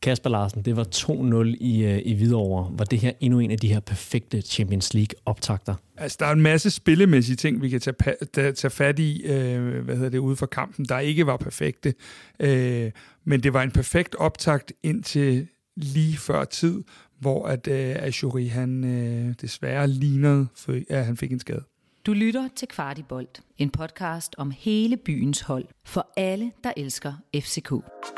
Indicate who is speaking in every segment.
Speaker 1: Kasper Larsen, det var 2-0 i Hvidovre. Var det her endnu en af de her perfekte Champions League-optakter?
Speaker 2: Altså, der er en masse spillemæssige ting, vi kan tage fat i, ude for kampen, der ikke var perfekte. Men det var en perfekt optakt indtil lige før tid, hvor at Achouri, han desværre lignede, at han fik en skade.
Speaker 3: Du lytter til Kvartibolt, en podcast om hele byens hold, for alle, der elsker FCK.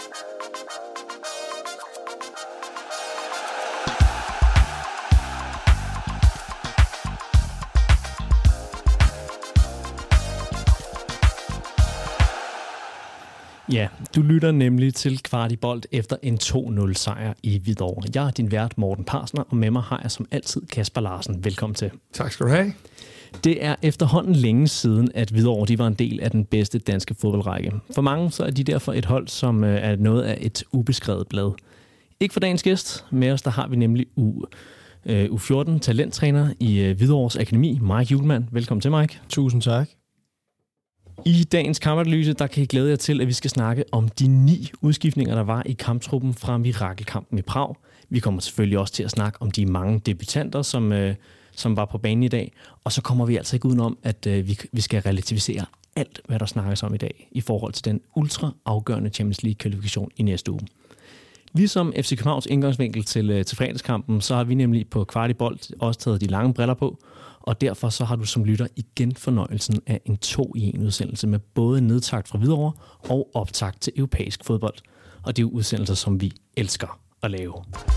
Speaker 1: Ja, du lytter nemlig til Kvartibolt efter en 2-0 sejr i Hvidovre. Jeg er din vært Morten Parsner, og med mig har jeg som altid Kasper Larsen. Velkommen til.
Speaker 2: Tak skal du have.
Speaker 1: Det er efterhånden længe siden, at Hvidovre de var en del af den bedste danske fodboldrække. For mange så er de derfor et hold, som er noget af et ubeskrevet blad. Ikke for dagens gæst. Med os der har vi nemlig U14 talenttræner i Hvidovres Akademi, Mike Hjulmand. Velkommen til, Mike.
Speaker 4: Tusind tak.
Speaker 1: I dagens kampanalyse, der kan I glæde jer til, at vi skal snakke om de 9 udskiftninger, der var i kamptruppen fra Mirakelkampen i Prag. Vi kommer selvfølgelig også til at snakke om de mange debutanter, som var på banen i dag. Og så kommer vi altså ikke udenom, at vi skal relativisere alt, hvad der snakkes om i dag, i forhold til den ultra afgørende Champions League-kvalifikation i næste uge. Ligesom FC Københavns indgangsvinkel til fredagskampen, så har vi nemlig på Kvartibolt også taget de lange briller på, og derfor så har du som lytter igen fornøjelsen af en 2-i-1 udsendelse med både nedtakt fra Hvidovre og optakt til europæisk fodbold. Og det er jo udsendelser, som vi elsker at lave.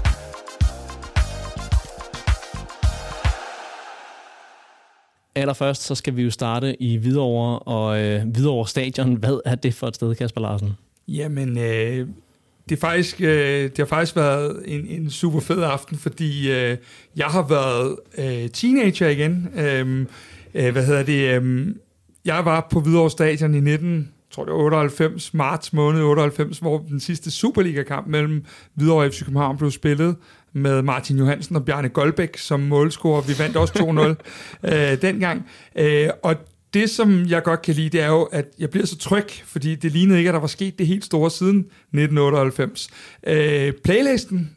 Speaker 1: Allerførst så skal vi jo starte i Hvidovre, og Hvidovre Stadion. Hvad er det for et sted, Kasper Larsen?
Speaker 2: Jamen, det har faktisk været en super fed aften, fordi jeg har været teenager igen. Jeg var på Hvidovre Stadion i 98, marts måned 98, hvor den sidste Superliga-kamp mellem Hvidovre og FC København blev spillet med Martin Johansen og Bjarne Goldbæk som målscorer. Vi vandt også 2-0 dengang. Og det, som jeg godt kan lide, det er jo, at jeg bliver så tryg, fordi det lignede ikke, at der var sket det helt store siden 1998. Playlisten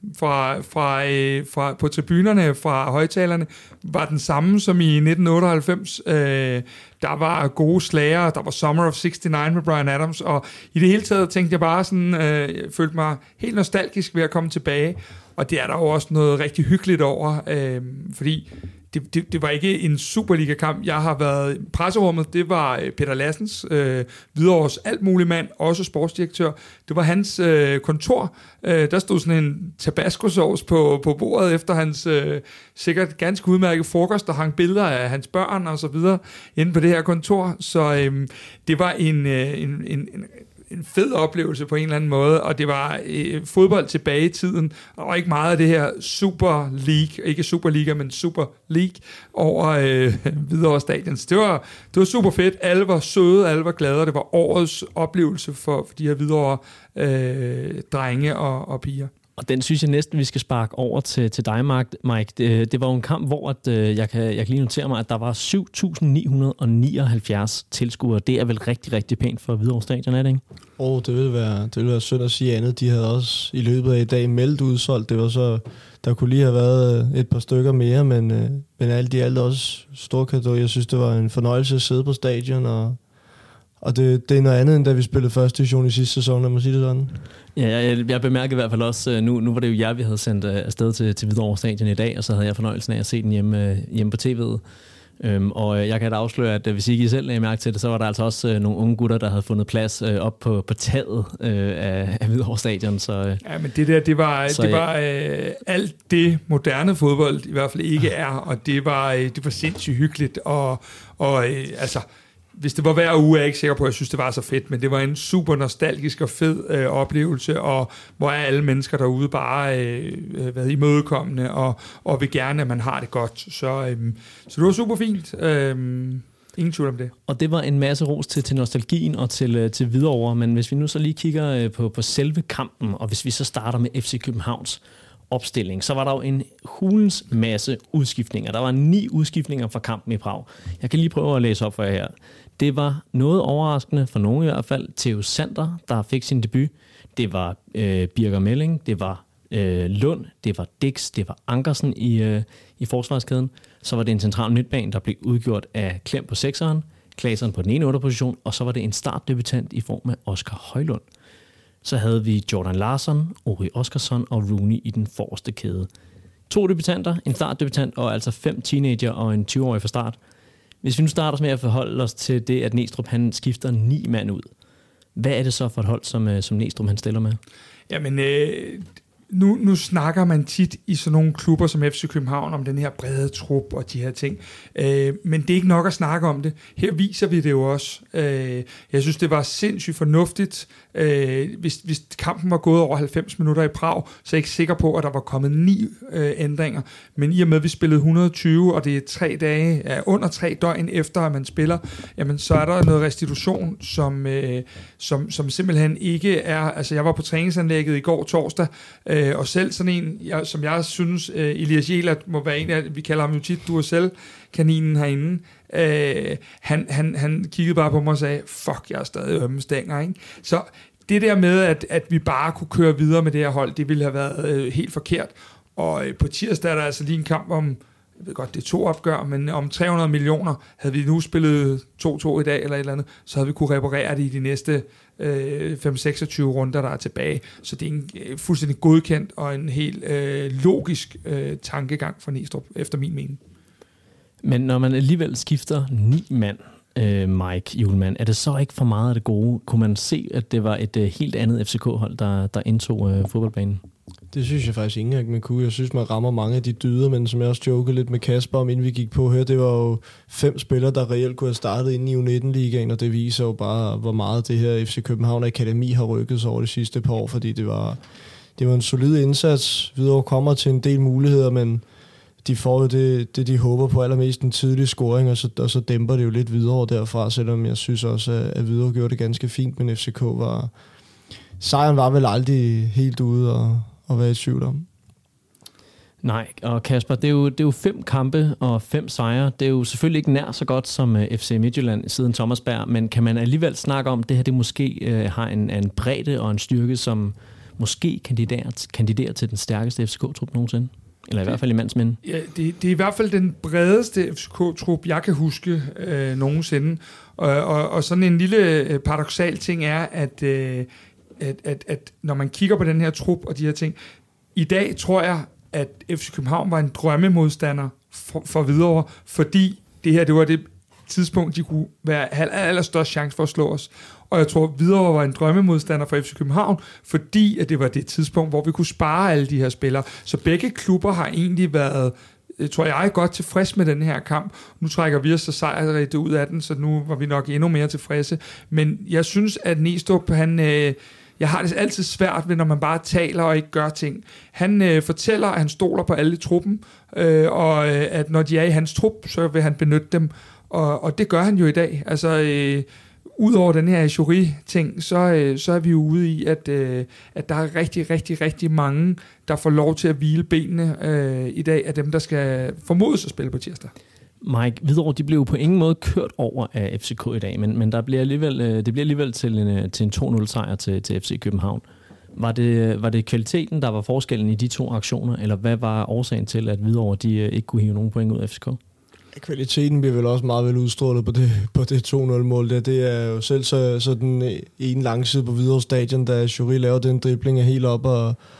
Speaker 2: på tribunerne fra højtalerne var den samme som i 1998. Der var gode slager, der var Summer of 69 med Bryan Adams, og i det hele taget tænkte jeg bare sådan, jeg følte mig helt nostalgisk ved at komme tilbage, og det er der jo også noget rigtig hyggeligt over, fordi det var ikke en Superliga-kamp. Jeg har været i presserummet. Det var Peter Lassens, Hvidovres alt mulig mand, også sportsdirektør. Det var hans kontor. Der stod sådan en tabasco-sovs på bordet efter hans sikkert ganske udmærket frokost. Der hang billeder af hans børn og så videre inde på det her kontor. Så det var en fed oplevelse på en eller anden måde, og det var fodbold tilbage i tiden, og ikke meget af det her Super League, ikke Superliga, men Super League over Hvidovre Stadion. Det var super fedt, alle var søde, alle var glade, det var årets oplevelse for de her Hvidovre drenge og piger.
Speaker 1: Og den synes jeg næsten, vi skal sparke over til dig, Mike. Det var jo en kamp, hvor jeg kan lige notere mig, at der var 7.979 tilskuere. Det er vel rigtig, rigtig pænt for Hvidovre Stadion, er det ikke?
Speaker 4: Det ville være synd at sige andet. De havde også i løbet af i dag meldt udsolgt. Det var så, der kunne lige have været et par stykker mere, men alt i alt også stor cadeau. Jeg synes, det var en fornøjelse at sidde på stadion, og det er noget andet, end da vi spillede første division i sidste sæson, lad mig sige det sådan.
Speaker 1: Ja, jeg bemærkede i hvert fald også, nu var det jo jer, vi havde sendt afsted til Hvidovre Stadion i dag, og så havde jeg fornøjelsen af at se den hjemme på tv'et. Og jeg kan da afsløre, at hvis I ikke selv lagde mærke til det, så var der altså også nogle unge gutter, der havde fundet plads op på taget af Hvidovre Stadion. Så,
Speaker 2: ja, men det var alt det moderne fodbold i hvert fald ikke er, og det var sindssygt hyggeligt, og hvis det var hver uge, er jeg ikke sikker på, at jeg synes, det var så fedt, men det var en super nostalgisk og fed oplevelse, og hvor er alle mennesker derude bare imødekommende, og vil gerne, at man har det godt. Så det var super fint. Ingen tvivl om det.
Speaker 1: Og det var en masse ros til nostalgien og til Hvidovre, men hvis vi nu så lige kigger på selve kampen, og hvis vi så starter med FC Københavns opstilling, så var der jo en hulens masse udskiftninger. Der var 9 udskiftninger fra kampen i Prag. Jeg kan lige prøve at læse op for jer her. Det var noget overraskende, for nogen i hvert fald, Theo Sander, der fik sin debut. Det var Birger Melding, det var Lund, det var Dix, det var Ankersen i forsvarskæden. Så var det en central midtbane, der blev udgjort af Klem på 6'eren, Claesson på den ene 8'er-position, og så var det en startdebutant i form af Oscar Højlund. Så havde vi Jordan Larsson, Ori Oskarsson og Rooney i den forreste kæde. 2 debutanter, en startdebutant og altså 5 teenager og en 20-årig fra start. Hvis vi nu starter med at forholde os til det, at Næstrup han skifter 9 mand ud. Hvad er det så for et hold, som Næstrup han stiller med?
Speaker 2: Jamen, nu snakker man tit i sådan nogle klubber som FC København om den her brede trup og de her ting. Men det er ikke nok at snakke om det. Her viser vi det jo også. Jeg synes, det var sindssygt fornuftigt. Hvis kampen var gået over 90 minutter i Prag, så er jeg ikke sikker på, at der var kommet 9 ændringer. Men i og med, at vi spillede 120, og det er 3 dage, under 3 døgn efter, at man spiller, jamen, så er der noget restitution, som simpelthen ikke er... Altså, jeg var på træningsanlægget i går torsdag, og selv sådan en, som jeg synes, Elias Jelert må være en af, vi kalder ham jo tit Duracell-kaninen herinde, han kiggede bare på mig og sagde, fuck, jeg er stadig ømme stænger, ikke? Så det der med, at vi bare kunne køre videre med det her hold, det ville have været helt forkert. Og på tirsdag er der altså lige en kamp om, jeg ved godt, det er 2 opgør, men om 300 millioner, havde vi nu spillet 2-2 i dag eller et eller andet, så havde vi kunne reparere det i de næste 5-26 runder, der er tilbage. Så det er en fuldstændig godkendt og en helt logisk tankegang for Næstrup, efter min mening. Men
Speaker 1: når man alligevel skifter 9 mand, Mike Hjulmand, er det så ikke for meget af det gode? Kunne man se, at det var et helt andet FCK-hold, der indtog fodboldbanen?
Speaker 4: Det synes jeg faktisk ikke, man kunne. Jeg synes, man rammer mange af de dyder, men som jeg også jokede lidt med Kasper om, inden vi gik på her, det var jo 5 spillere, der reelt kunne have startet inde i U19-ligaen, og det viser jo bare, hvor meget det her FC København Akademi har rykket sig over de sidste par år, fordi det var en solid indsats. Hvidovre kommer til en del muligheder, men de får jo det de håber på allermest, en tidlig scoring, og så dæmper det jo lidt videre derfra, selvom jeg synes også, at Hvidovre gjorde det ganske fint, men FCK sejren var vel aldrig helt ude og være i tvivl om.
Speaker 1: Nej, og Kasper, det er jo 5 kampe og 5 sejre. Det er jo selvfølgelig ikke nær så godt som FC Midtjylland siden Thomasberg, men kan man alligevel snakke om, det her det måske har en bredde og en styrke, som måske kandiderer til den stærkeste FCK-trup nogensinde? Eller i hvert fald i mandsminde. Ja,
Speaker 2: det er i hvert fald den bredeste FCK-trup, jeg kan huske nogensinde. Og sådan en lille paradoksal ting er, at når man kigger på den her trup og de her ting, i dag tror jeg, at FC København var en drømmemodstander for Hvidovre, fordi det her, det var det tidspunkt, de kunne være allerstørst chance for at slå os. Og jeg tror, Hvidovre var en drømmemodstander for FC København, fordi at det var det tidspunkt, hvor vi kunne spare alle de her spillere. Så begge klubber har egentlig været, tror jeg, godt tilfreds med den her kamp. Nu trækker vi os så sejrigt ud af den, så nu var vi nok endnu mere tilfredse. Men jeg synes, at Næstrup, jeg har det altid svært ved, når man bare taler og ikke gør ting. Han fortæller, at han stoler på alle i truppen, og at når de er i hans trup, så vil han benytte dem. Og det gør han jo i dag. Altså, udover den her jury-ting, så er vi jo ude i, at der er rigtig, rigtig, rigtig mange, der får lov til at hvile benene i dag, af dem, der skal formodes at spille på tirsdag.
Speaker 1: Mike, Hvidovre, de blev jo på ingen måde kørt over af FCK i dag, men det bliver alligevel til en 2-0-sejr til FC København. Var det kvaliteten, der var forskellen i de 2 aktioner, eller hvad var årsagen til, at Hvidovre de ikke kunne hive nogen point ud af FCK?
Speaker 4: Kvaliteten bliver vel også meget vel udstrålet på det 2-0-mål. Det er jo selv så den ene langside på Hvidovre Stadion, da Jury laver den dribling er helt op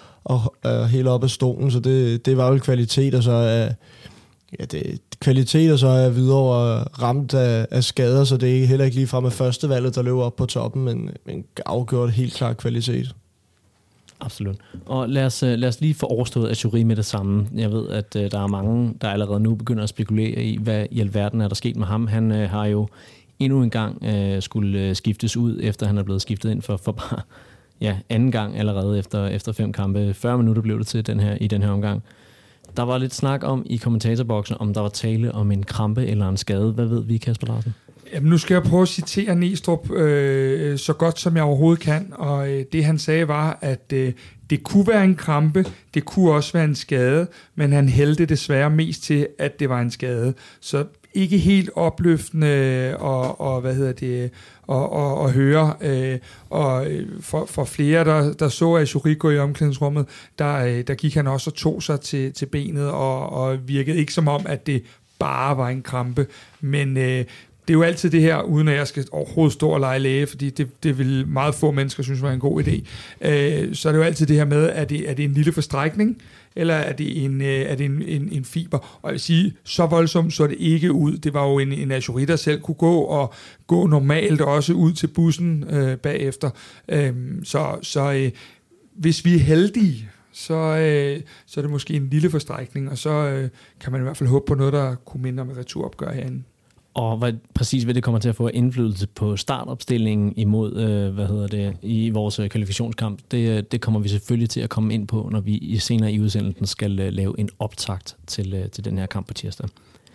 Speaker 4: og helt op af stolen, så det var vel kvalitet, og så er kvalitet, og så er Hvidovre ramt af skader, så det er heller ikke lige fra med første valget, der løber op på toppen, men afgjort helt klart kvalitet.
Speaker 1: Absolut. Og lad os lige få overstået af Jury med det samme. Jeg ved, at der er mange, der allerede nu begynder at spekulere i, hvad i alverden er der sket med ham. Han har jo endnu en gang skulle skiftes ud, efter han er blevet skiftet ind for bare anden gang allerede efter 5 kampe. 40 minutter blev det til i den her omgang. Der var lidt snak om i kommentatorboksen, om der var tale om en krampe eller en skade. Hvad ved vi, Kasper Larsen?
Speaker 2: Jamen, nu skal jeg prøve at citere Næstrup så godt, som jeg overhovedet kan. Og det, han sagde, var, at det kunne være en krampe, det kunne også være en skade, men han hældte desværre mest til, at det var en skade. Så ikke helt opløftende og høre. For flere, der så Azurí gå i omklædningsrummet, der gik han også og tog sig til benet, og virkede ikke som om, at det bare var en krampe. Men det er jo altid det her, uden at jeg skal overhovedet stå og lege læge, fordi det vil meget få mennesker synes var en god idé. Så er det jo altid det her med, er det en lille forstrækning, eller er det en fiber? Og jeg vil sige, så voldsomt så det ikke ud. Det var jo en Azurí, der selv kunne gå normalt også ud til bussen bagefter. Så hvis vi er heldige, så er det måske en lille forstrækning, og så kan man i hvert fald håbe på noget, der kunne minde om et returopgør herinde.
Speaker 1: Og præcis hvad det kommer til at få indflydelse på startopstillingen imod, i vores kvalifikationskamp, det kommer vi selvfølgelig til at komme ind på, når vi senere i udsendelsen skal lave en optakt til den her kamp på tirsdag.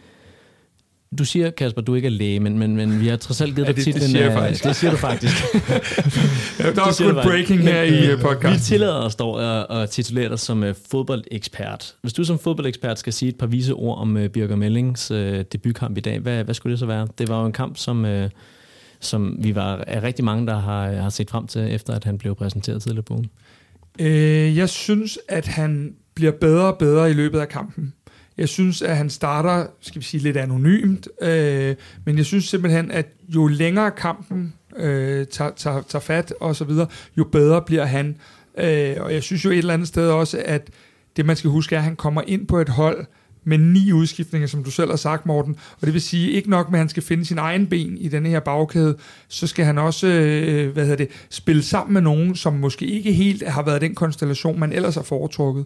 Speaker 1: Du siger, Kasper, du ikke er læge, men vi har trods alt givet dig titlen.
Speaker 2: Det siger jeg faktisk.
Speaker 1: Det siger du faktisk.
Speaker 2: Der er også good breaking her i podcasten.
Speaker 1: Vi tillader os dog at titulere dig som fodboldekspert. Hvis du som fodboldekspert skal sige et par vise ord om Birger Mellings debutkamp i dag, hvad skulle det så være? Det var jo en kamp, som vi var rigtig mange, der har set frem til, efter at han blev præsenteret tidligere på ugen.
Speaker 2: Jeg synes, at han bliver bedre og bedre i løbet af kampen. Jeg synes, at han starter, skal vi sige, lidt anonymt, men jeg synes simpelthen, at jo længere kampen tager fat og så videre, jo bedre bliver han. Og jeg synes jo et eller andet sted også, at det man skal huske er, at han kommer ind på et hold med 9 udskiftninger, som du selv har sagt, Morten. Og det vil sige, ikke nok med, at han skal finde sin egen ben i denne her bagkæde, så skal han også spille sammen med nogen, som måske ikke helt har været den konstellation, man ellers har foretrukket.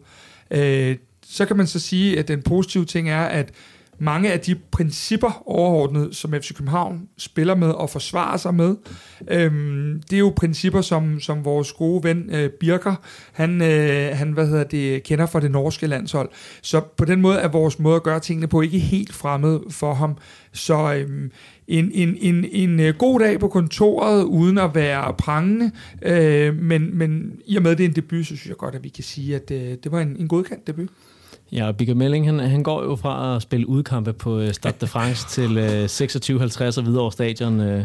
Speaker 2: Så kan man så sige, at den positive ting er, at mange af de principper overordnet, som FC København spiller med og forsvarer sig med, det er jo principper, som vores gode ven Birker, han kender fra det norske landshold. Så på den måde er vores måde at gøre tingene på ikke helt fremmed for ham. Så en god dag på kontoret, uden at være prangende, men i og med det er en debut, så synes jeg godt, at vi kan sige, at det var en godkendt debut.
Speaker 1: Ja, og Birger Meling, han går jo fra at spille udkampe på Stade de France til 26-50 og Hvidovre Stadion.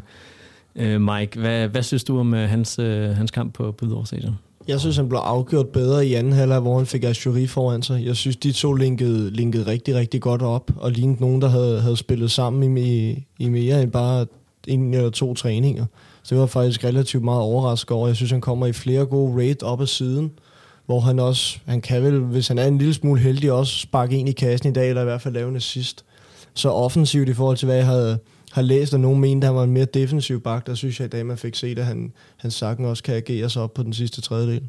Speaker 1: Mike, hvad synes du om hans kamp på Hvidovre Stadion?
Speaker 4: Jeg synes, han blev afgjort bedre i anden halvleg, hvor han fik Azurí foran sig. Jeg synes, de to linkede rigtig, rigtig godt op, og lignede nogen, der havde spillet sammen i mere end bare 1 eller 2 træninger. Så det var faktisk relativt meget overrasket over. Jeg synes, han kommer i flere gode raid op ad siden, hvor han kan vel, hvis han er en lille smule heldig, også sparke en i kassen i dag, eller i hvert fald lave en assist. Så offensivt i forhold til, hvad jeg har læst, og nogen mente, at han var en mere defensiv bak, der synes jeg i dag, man fik set, at han sagtens også kan agere sig op på den sidste tredjedel.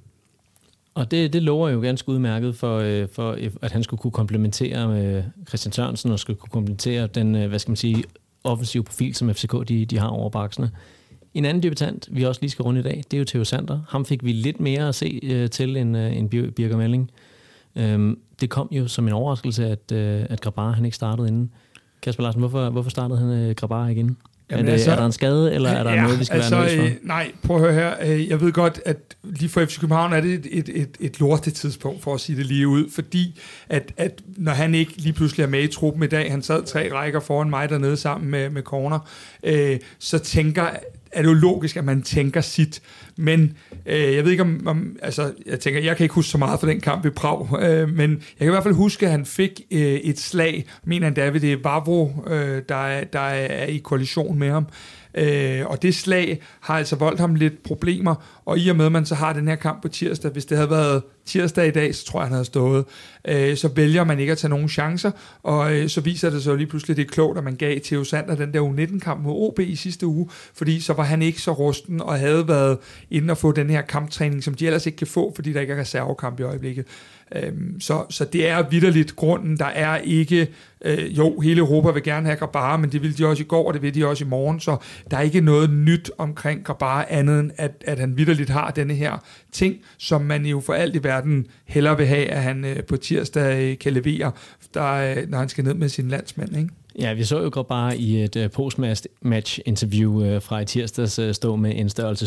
Speaker 4: Og
Speaker 1: det lover jo ganske udmærket for at han skulle kunne komplementere Christian Sørensen, og skulle kunne komplementere den, offensive profil, som FCK de har over baksene. En anden debutant, vi også lige skal runde i dag, det er jo Theo Sander. Ham fik vi lidt mere at se til end Birger Meling. Det kom jo som en overraskelse, at Grabar han ikke startede inden. Kasper Larsen, hvorfor startede han Grabar ikke inden? Jamen, er der en skade, eller er der noget, vi skal være nervøs for?
Speaker 2: Nej, prøv at høre her. Jeg ved godt, at lige for FC København er det et lortet tidspunkt, for at sige det lige ud, fordi at når han ikke lige pludselig er med i truppen i dag, han sad 3 rækker foran mig dernede sammen med Corner, så er det jo logisk, at man tænker sit. Men jeg ved ikke jeg kan ikke huske så meget fra den kamp i Prag, men jeg kan i hvert fald huske, at han fik et slag, mener han David, det er Vavro, der er i koalition med ham. Og det slag har altså voldt ham lidt problemer, og i og med, at man så har den her kamp på tirsdag, hvis det havde været tirsdag i dag, så tror jeg, han havde stået. Så vælger man ikke at tage nogen chancer, og så viser det sig jo lige pludselig, det er klogt, at man gav Theo Sander den der U19-kamp mod OB i sidste uge, fordi så var han ikke så rusten, og havde været inde og få den her kamptræning, som de ellers ikke kan få, fordi der ikke er reservekamp i øjeblikket. Så det er vitterligt grunden. Der er ikke hele Europa vil gerne have Grabar, men det ville de også i går, og det vil de også i morgen, så der er ikke noget nyt omkring Grabar andet end at han vitterligt har denne her ting, som man jo for alt i verden hellere vil have, at han på tirsdag kan levere, når han skal ned med sine landsmænd, ikke?
Speaker 1: Ja, vi så jo godt bare i et post-match-interview fra i tirsdags stå med en størrelse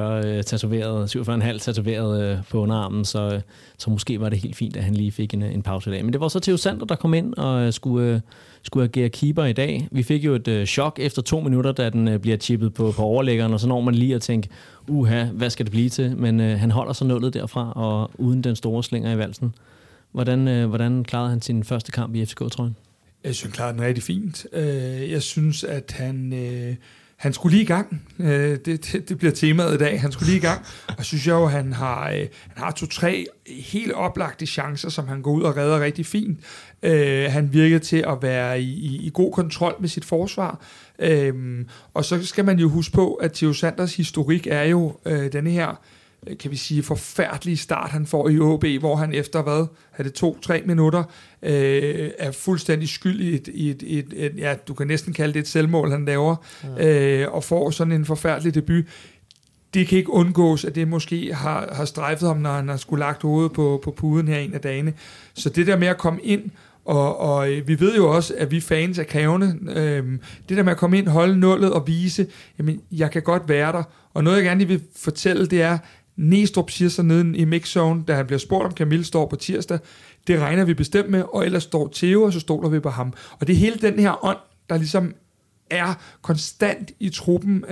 Speaker 1: 47,5 tatoveret på underarmen, så måske var det helt fint, at han lige fik en pause i dag. Men det var så Theo Sander, der kom ind og skulle agere keeper i dag. Vi fik jo et chok efter 2 minutter, da den bliver chippet på overlæggeren, og så når man lige at tænke, hvad skal det blive til? Men han holder så nullet derfra, og uden den store slinger i valsen. Hvordan klarede han sin første kamp i FCK-trøjen?
Speaker 2: Jeg synes, han klarede den rigtig fint. Jeg synes, at han skulle lige i gang. Det bliver temaet i dag. Han skulle lige i gang. Og synes jeg jo, han har 2-3 helt oplagte chancer, som han går ud og redder rigtig fint. Han virkede til at være i god kontrol med sit forsvar. Og så skal man jo huske på, at Theo Sanders historik er jo denne her, kan vi sige, forfærdelige start, han får i AaB, hvor han efter, 2-3 minutter, er fuldstændig skyld i et ja, du kan næsten kalde det et selvmål, han laver, og får sådan en forfærdelig debut. Det kan ikke undgås, at det måske har strejfet ham, når han har skulle lagt hovedet på puden her en af dagene. Så det der med at komme ind, og vi ved jo også, at vi fans er krævende. Det der med at komme ind, holde nullet og vise, jamen, jeg kan godt være der. Og noget, jeg gerne lige vil fortælle, det er, Næstrup siger så nede i mixzone, da han bliver spurgt, om Camille står på tirsdag. Det regner vi bestemt med, og ellers står Theo, og så stoler vi på ham. Og det er hele den her ånd, der ligesom er konstant i truppen,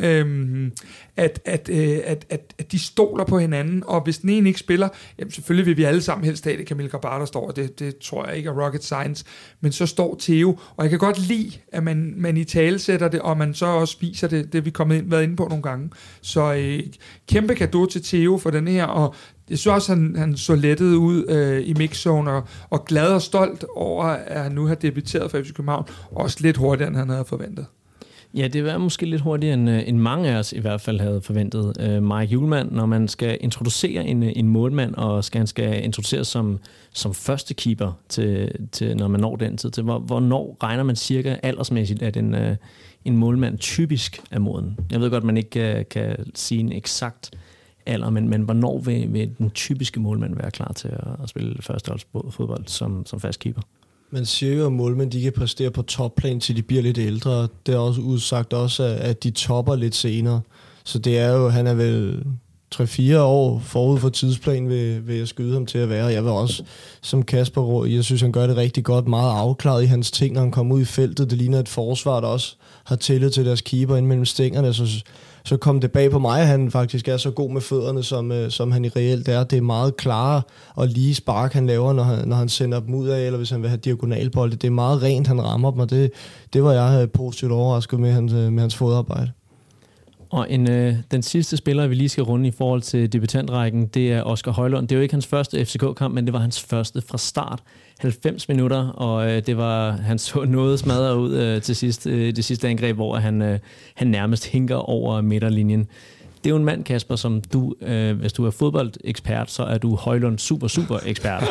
Speaker 2: at de stoler på hinanden, og hvis den ene ikke spiller, jamen selvfølgelig vil vi alle sammen helst have det, Camille Grabbar, der står, og det tror jeg ikke er rocket science, men så står Theo, og jeg kan godt lide, at man i tale sætter det, og man så også spiser det er vi været inde på nogle gange. Så kæmpe cadeau til Theo for den her, og jeg synes også, han så lettet ud i mixzone, og glad og stolt over, at han nu har debuteret for FC København, også lidt hurtigere, end han havde forventet.
Speaker 1: Ja, det var måske lidt hurtigere, end mange af os i hvert fald havde forventet. Mark Hjulmand, når man skal introducere en målmand, og han skal introduceres som første keeper, til, når man når den tid til, hvornår regner man cirka aldersmæssigt, at en målmand typisk er moden? Jeg ved godt, at man ikke kan sige en eksakt alder, men hvornår vil den typiske målmand være klar til at spille førsteholdsfodbold som fast keeper?
Speaker 4: Man siger jo, at målmænd de kan præstere på topplan, til de bliver lidt ældre. Det er også udsagt også, at de topper lidt senere. Så det er jo, han er vel 3-4 år forud for tidsplan, vil jeg skyde ham til at være. Jeg vil også, som Kasper, jeg synes, han gør det rigtig godt, meget afklaret i hans ting, når han kommer ud i feltet. Det ligner et forsvar, der også har tillid til deres keeper ind mellem stængerne, så kom det bag på mig, at han faktisk er så god med fødderne, som han i reelt er. Det er meget klare og lige spark, han laver, når han sender dem ud af, eller hvis han vil have diagonalbolde. Det er meget rent, han rammer dem, og det var jeg positivt overrasket med hans fodarbejde.
Speaker 1: Og den sidste spiller, vi lige skal runde i forhold til debutantrækken, det er Oscar Højlund. Det er jo ikke hans første FCK-kamp, men det var hans første fra start. 90 minutter, og det var, han så noget smadret ud til sidst, det sidste angreb, hvor han nærmest hinker over midterlinjen. Det er jo en mand, Kasper, som du, hvis du er fodboldekspert, så er du Højlund super ekspert.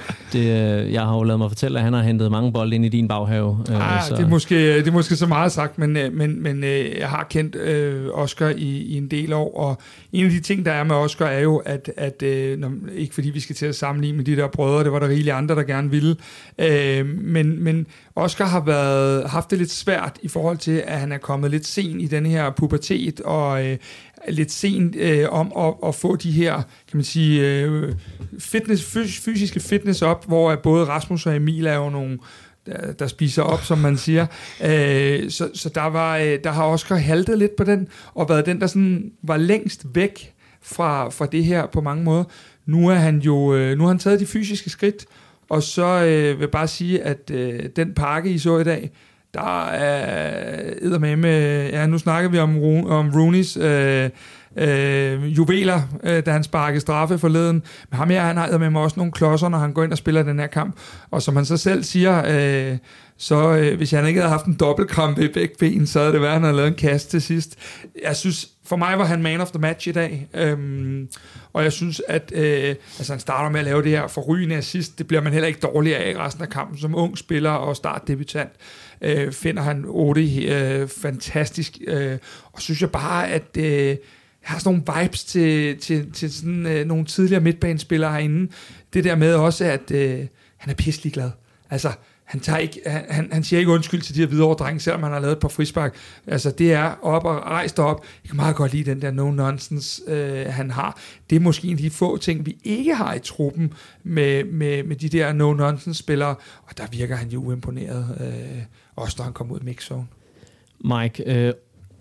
Speaker 1: Jeg har jo lavet mig fortælle, at han har hentet mange bolde ind i din baghave.
Speaker 2: Det er måske så meget sagt, men jeg har kendt Oscar i en del år, og en af de ting, der er med Oscar, er jo, at ikke fordi vi skal til at sammenligne med de der brødre, det var der rigeligt andre, der gerne ville, men Oscar har haft det lidt svært i forhold til, at han er kommet lidt sent i den her pubertet, og lidt sent om at få de her, kan man sige, fysiske fitness op, hvor både Rasmus og Emil er jo nogle, der spiser op, som man siger. Så der har Oscar haltet lidt på den, og været den, der sådan var længst væk fra det her på mange måder. Nu har han taget de fysiske skridt, og så vil jeg bare sige, at den pakke, I så i dag, der er med, nu snakker vi om Rooneys juveler, da han sparkede straffe forleden. Men ham her, han har med også nogle klodser, når han går ind og spiller den her kamp. Og som han så selv siger, hvis han ikke havde haft en dobbeltkrampe i begge ben, så havde det været, at han havde lavet en kast til sidst. Jeg synes, for mig var han man of the match i dag. Og jeg synes, at han starter med at lave det her forrygende assist. Det bliver man heller ikke dårlig af resten af kampen. Som ung spiller og startdebutant finder han 8 fantastisk. Og synes jeg bare, at jeg har sådan nogle vibes til sådan nogle tidligere midtbanespillere herinde. Det der med også, at han er pisselig glad. Altså, han siger ikke undskyld til de her Hvidovre-drenge, selvom han har lavet et par frispark. Altså, det er op og rejst op. Jeg kan meget godt lide den der no-nonsense, han har. Det er måske en af de få ting, vi ikke har i truppen med de der no-nonsense-spillere, og der virker han jo uimponeret, også når han kommer ud i mixzone.
Speaker 1: Mike,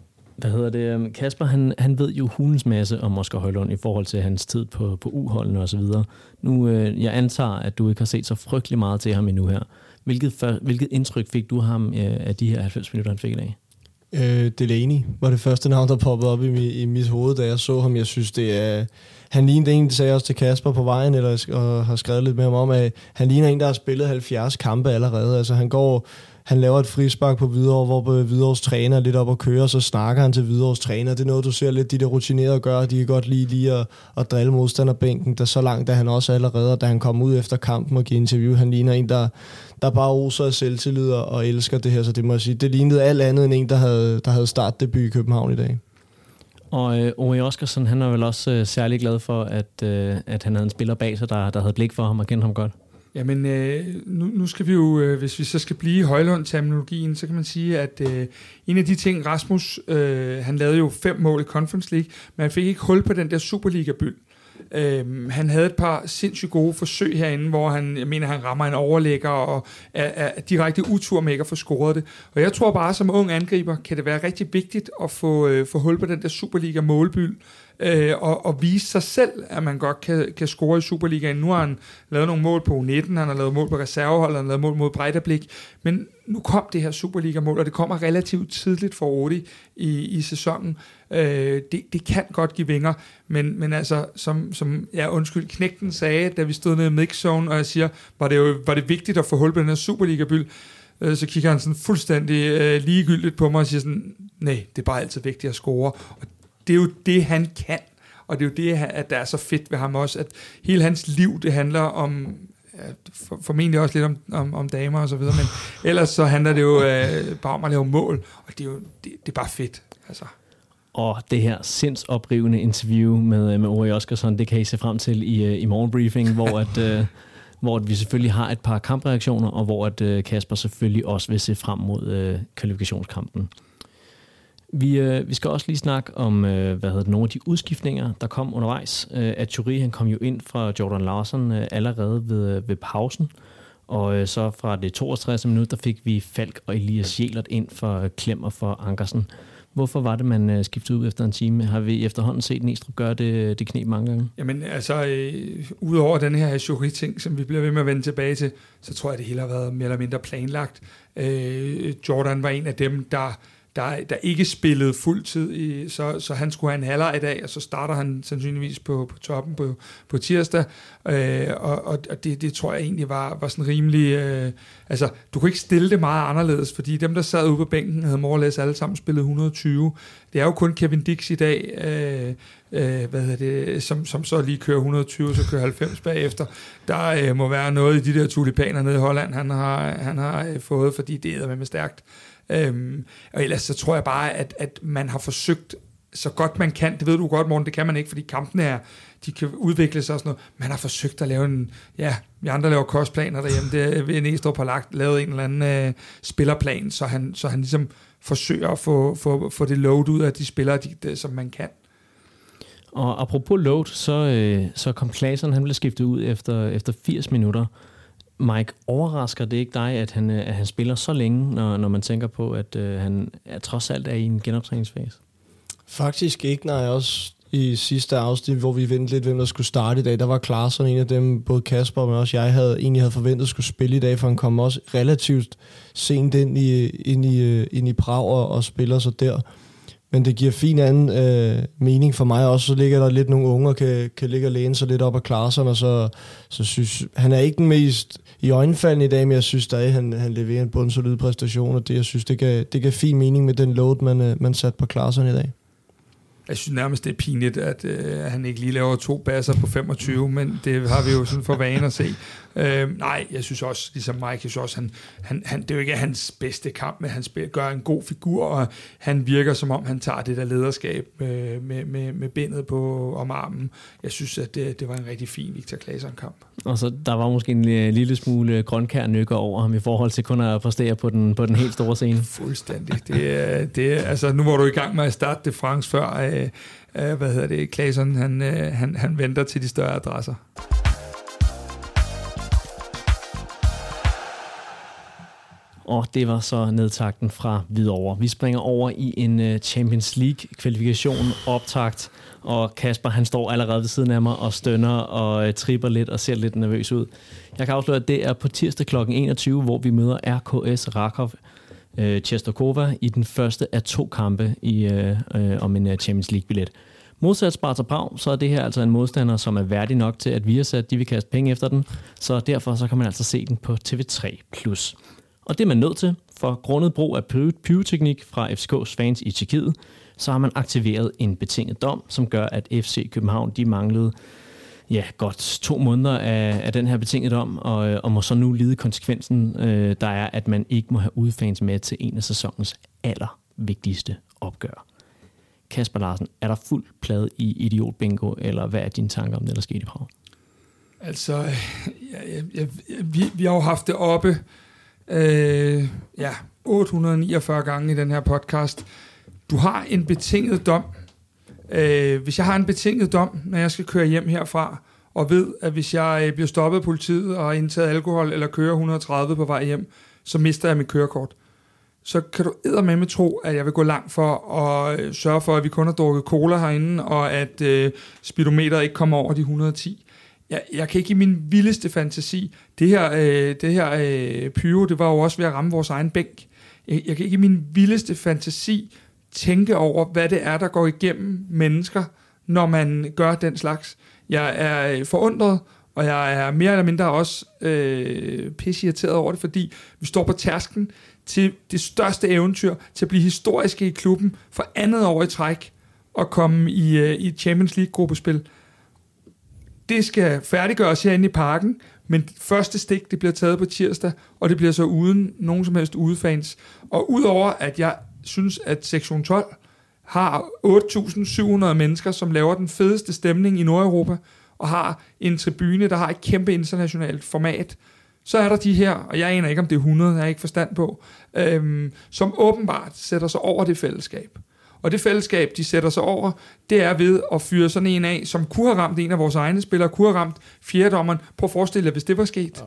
Speaker 1: Kasper, han ved jo hulens masse om Oscar Højlund i forhold til hans tid på U-holdene og så videre. Nu, jeg antager, at du ikke har set så frygtelig meget til ham endnu her. Hvilket indtryk fik du ham af de her 90 minutter, han fik i dag?
Speaker 4: Delaney var det første navn, der poppede op i mit hoved, da jeg så ham. Jeg synes, det er... Han ligner en, det sagde også til Kasper på vejen, og har skrevet lidt med ham om, at han ligner en, der har spillet 70 kampe allerede. Altså, han laver et frispark på Hvidovre, hvor Hvidovres træner er lidt op at køre, og så snakker han til Hvidovres træner. Det er noget, du ser lidt de der rutinerede gøre. De kan godt lige at drille modstanderbænken, der så langt er han også allerede, da han kommer ud efter kampen og giver interview. Han ligner en, der bare oser af selvtillid og elsker det her, så det må jeg sige. Det lignede alt andet end en, der havde startdebut i København i dag. Og
Speaker 1: Ove Oskarsson, han er vel også særlig glad for, at han havde en spiller bag sig, der havde blik for ham og kendte ham godt.
Speaker 2: Jamen, nu skal vi jo, hvis vi så skal blive i Højlund-terminologien, så kan man sige, at en af de ting, Rasmus, han lavede jo 5 mål i Conference League, men han fik ikke hul på den der Superliga-byld. Han havde et par sindssygt gode forsøg herinde, hvor han rammer en overlægger og er direkte utur med ikke at få scoret det. Og jeg tror bare, som ung angriber, kan det være rigtig vigtigt at få hul på den der Superliga-målbyld, og vise sig selv, at man godt kan score i Superligaen. Nu har han lavet nogle mål på U19, han har lavet mål på reserveholdet, han har lavet mål mod Breidablik, men nu kom det her Superliga-mål, og det kommer relativt tidligt for Odi i sæsonen. Det kan godt give vinger, men altså, som Knægten sagde, da vi stod nede i mixzone, og jeg siger, var det vigtigt at få hul på den her Superliga-byld, så kigger han sådan fuldstændig ligegyldigt på mig og siger sådan, nej, det er bare altid vigtigt at score, og det er jo det, han kan, og det er jo det, at der er så fedt ved ham også, at hele hans liv, det handler om, formentlig også lidt om damer og så videre, men ellers så handler det jo bare om at lave mål, og det er bare fedt, altså.
Speaker 1: Og det her sindsoprivende interview med Ove Oskarsson, det kan I se frem til i morgenbriefing, hvor vi selvfølgelig har et par kampreaktioner, og hvor at Kasper selvfølgelig også vil se frem mod kvalifikationskampen. Vi skal også lige snakke om nogle af de udskiftninger, der kom undervejs. Aturi, han kom jo ind fra Jordan Larsen allerede ved pausen, og så fra det 62. minut, der fik vi Falk og Elias Sjælert ind for Klem og for Ankersen. Hvorfor var det, man skiftede ud efter en time? Har vi efterhånden set Næstrup gøre det knep mange gange?
Speaker 2: Jamen altså, udover den her Aturi-ting, som vi bliver ved med at vende tilbage til, så tror jeg, det hele har været mere eller mindre planlagt. Jordan var en af dem, der ikke spillede fuldtid, så han skulle have en halvleg i dag, og så starter han sandsynligvis på toppen på tirsdag, og det tror jeg egentlig var sådan rimelig... altså, du kunne ikke stille det meget anderledes, fordi dem, der sad ude på bænken, havde more or less alle sammen spillet 120. Det er jo kun Kevin Dix i dag, som så lige kører 120, og så kører 90 bagefter. Der må være noget i de der tulipaner nede i Holland, han har fået, fordi det er med stærkt. Og ellers så tror jeg bare, at man har forsøgt så godt man kan, det ved du godt, Morten, det kan man ikke, fordi kampene de kan udvikle sig og sådan noget. Man har forsøgt at lave vi andre laver kostplaner derhjemme, det er Næstrup har lavet en eller anden spillerplan, så han ligesom forsøger at få det load ud af de spillere, som man kan.
Speaker 1: Og apropos load, så kom Claesson, han blev skiftet ud efter 80 minutter. Mike, overrasker det ikke dig, at han spiller så længe, når man tænker på, at han trods alt er i en genoptræningsfase?
Speaker 4: Faktisk ikke, nej. Også i sidste afsnit, hvor vi vendte lidt, hvem der skulle starte i dag, der var Claesson en af dem, både Kasper, men også jeg egentlig havde forventet skulle spille i dag, for han kom også relativt sent ind i Prag og spiller så der. Men det giver fin anden mening for mig også. Så ligger der lidt nogle unger, kan ligge og læne sig lidt op af Claesson, og så synes han er ikke den mest i øjenfaldende i dag, men jeg synes stadig, han leverer en bundsolid præstation, og det, jeg synes, det gav fin mening med den load, man satte på Claesson i dag.
Speaker 2: Jeg synes nærmest, det er pinligt, at han ikke lige laver 2 basser på 25, men det har vi jo sådan for vane at se. Nej, jeg synes også, ligesom Mike, jeg synes også, det er jo ikke hans bedste kamp, men han gør en god figur, og han virker som om, han tager det der lederskab med bindet på om armen. Jeg synes, at det var en rigtig fin Viktor Claesson-kamp.
Speaker 1: Og så der var måske en lille smule grønkær-nykker over ham i forhold til kun at præstere på den helt store scene.
Speaker 2: Fuldstændig. Altså, nu var du i gang med at starte det Franks før, Claesson, han venter til de større adresser.
Speaker 1: Og det var så nedtakten fra Hvidovre. Vi springer over i en Champions League-kvalifikation, optakt, og Kasper, han står allerede ved siden af mig og stønner og tripper lidt og ser lidt nervøs ud. Jeg kan afsløre, at det er på tirsdag kl. 21, hvor vi møder RKS Rakov Czestochowa i den første af 2 kampe om en Champions League-billet. Modsat Sparta Prag, så er det her altså en modstander, som er værdig nok til, at Viasat de vil kaste penge efter den, så derfor så kan man altså se den på TV3+. Og det er man nødt til, for grundet brug af pyroteknik fra FCK's fans i Tjekkiet, så har man aktiveret en betinget dom, som gør, at FC København de manglede godt 2 måneder af den her betingede dom, og må så nu lide konsekvensen, der er, at man ikke må have udefans med til en af sæsonens allervigtigste opgør. Kasper Larsen, er der fuld plade i Idiot Bingo, eller hvad er dine tanker om det, der skete i Prag?
Speaker 2: Altså, vi har jo haft det oppe 849 gange i den her podcast. Du har en betinget dom. Hvis jeg har en betinget dom, når jeg skal køre hjem herfra, og ved, at hvis jeg bliver stoppet af politiet og har indtaget alkohol eller kører 130 på vej hjem, så mister jeg mit kørekort. Så kan du eddermame tro, at jeg vil gå langt for at sørge for, at vi kun har drukket cola herinde, og at speedometeret ikke kommer over de 110. Jeg kan ikke i min vildeste fantasi. Det her pyro, det var jo også ved at ramme vores egen bænk. Jeg kan ikke i min vildeste fantasi tænke over, hvad det er, der går igennem mennesker, når man gør den slags. Jeg er forundret, og jeg er mere eller mindre også pisseirriteret over det, fordi vi står på tærsklen til det største eventyr, til at blive historiske i klubben for andet år i træk, og komme i Champions League-gruppespil. Det skal færdiggøres herinde i parken, men første stik, det bliver taget på tirsdag, og det bliver så uden nogen som helst udefans. Og udover at jeg synes, at sektion 12 har 8.700 mennesker, som laver den fedeste stemning i Nordeuropa, og har en tribune, der har et kæmpe internationalt format, så er der de her, og jeg aner ikke, om det er 100, jeg har ikke forstand på, som åbenbart sætter sig over det fællesskab. Og det fællesskab, de sætter sig over, det er ved at fyre sådan en af, som kunne have ramt en af vores egne spillere, kunne have ramt fjerdommeren. Prøv at forestille dig, hvis det var sket.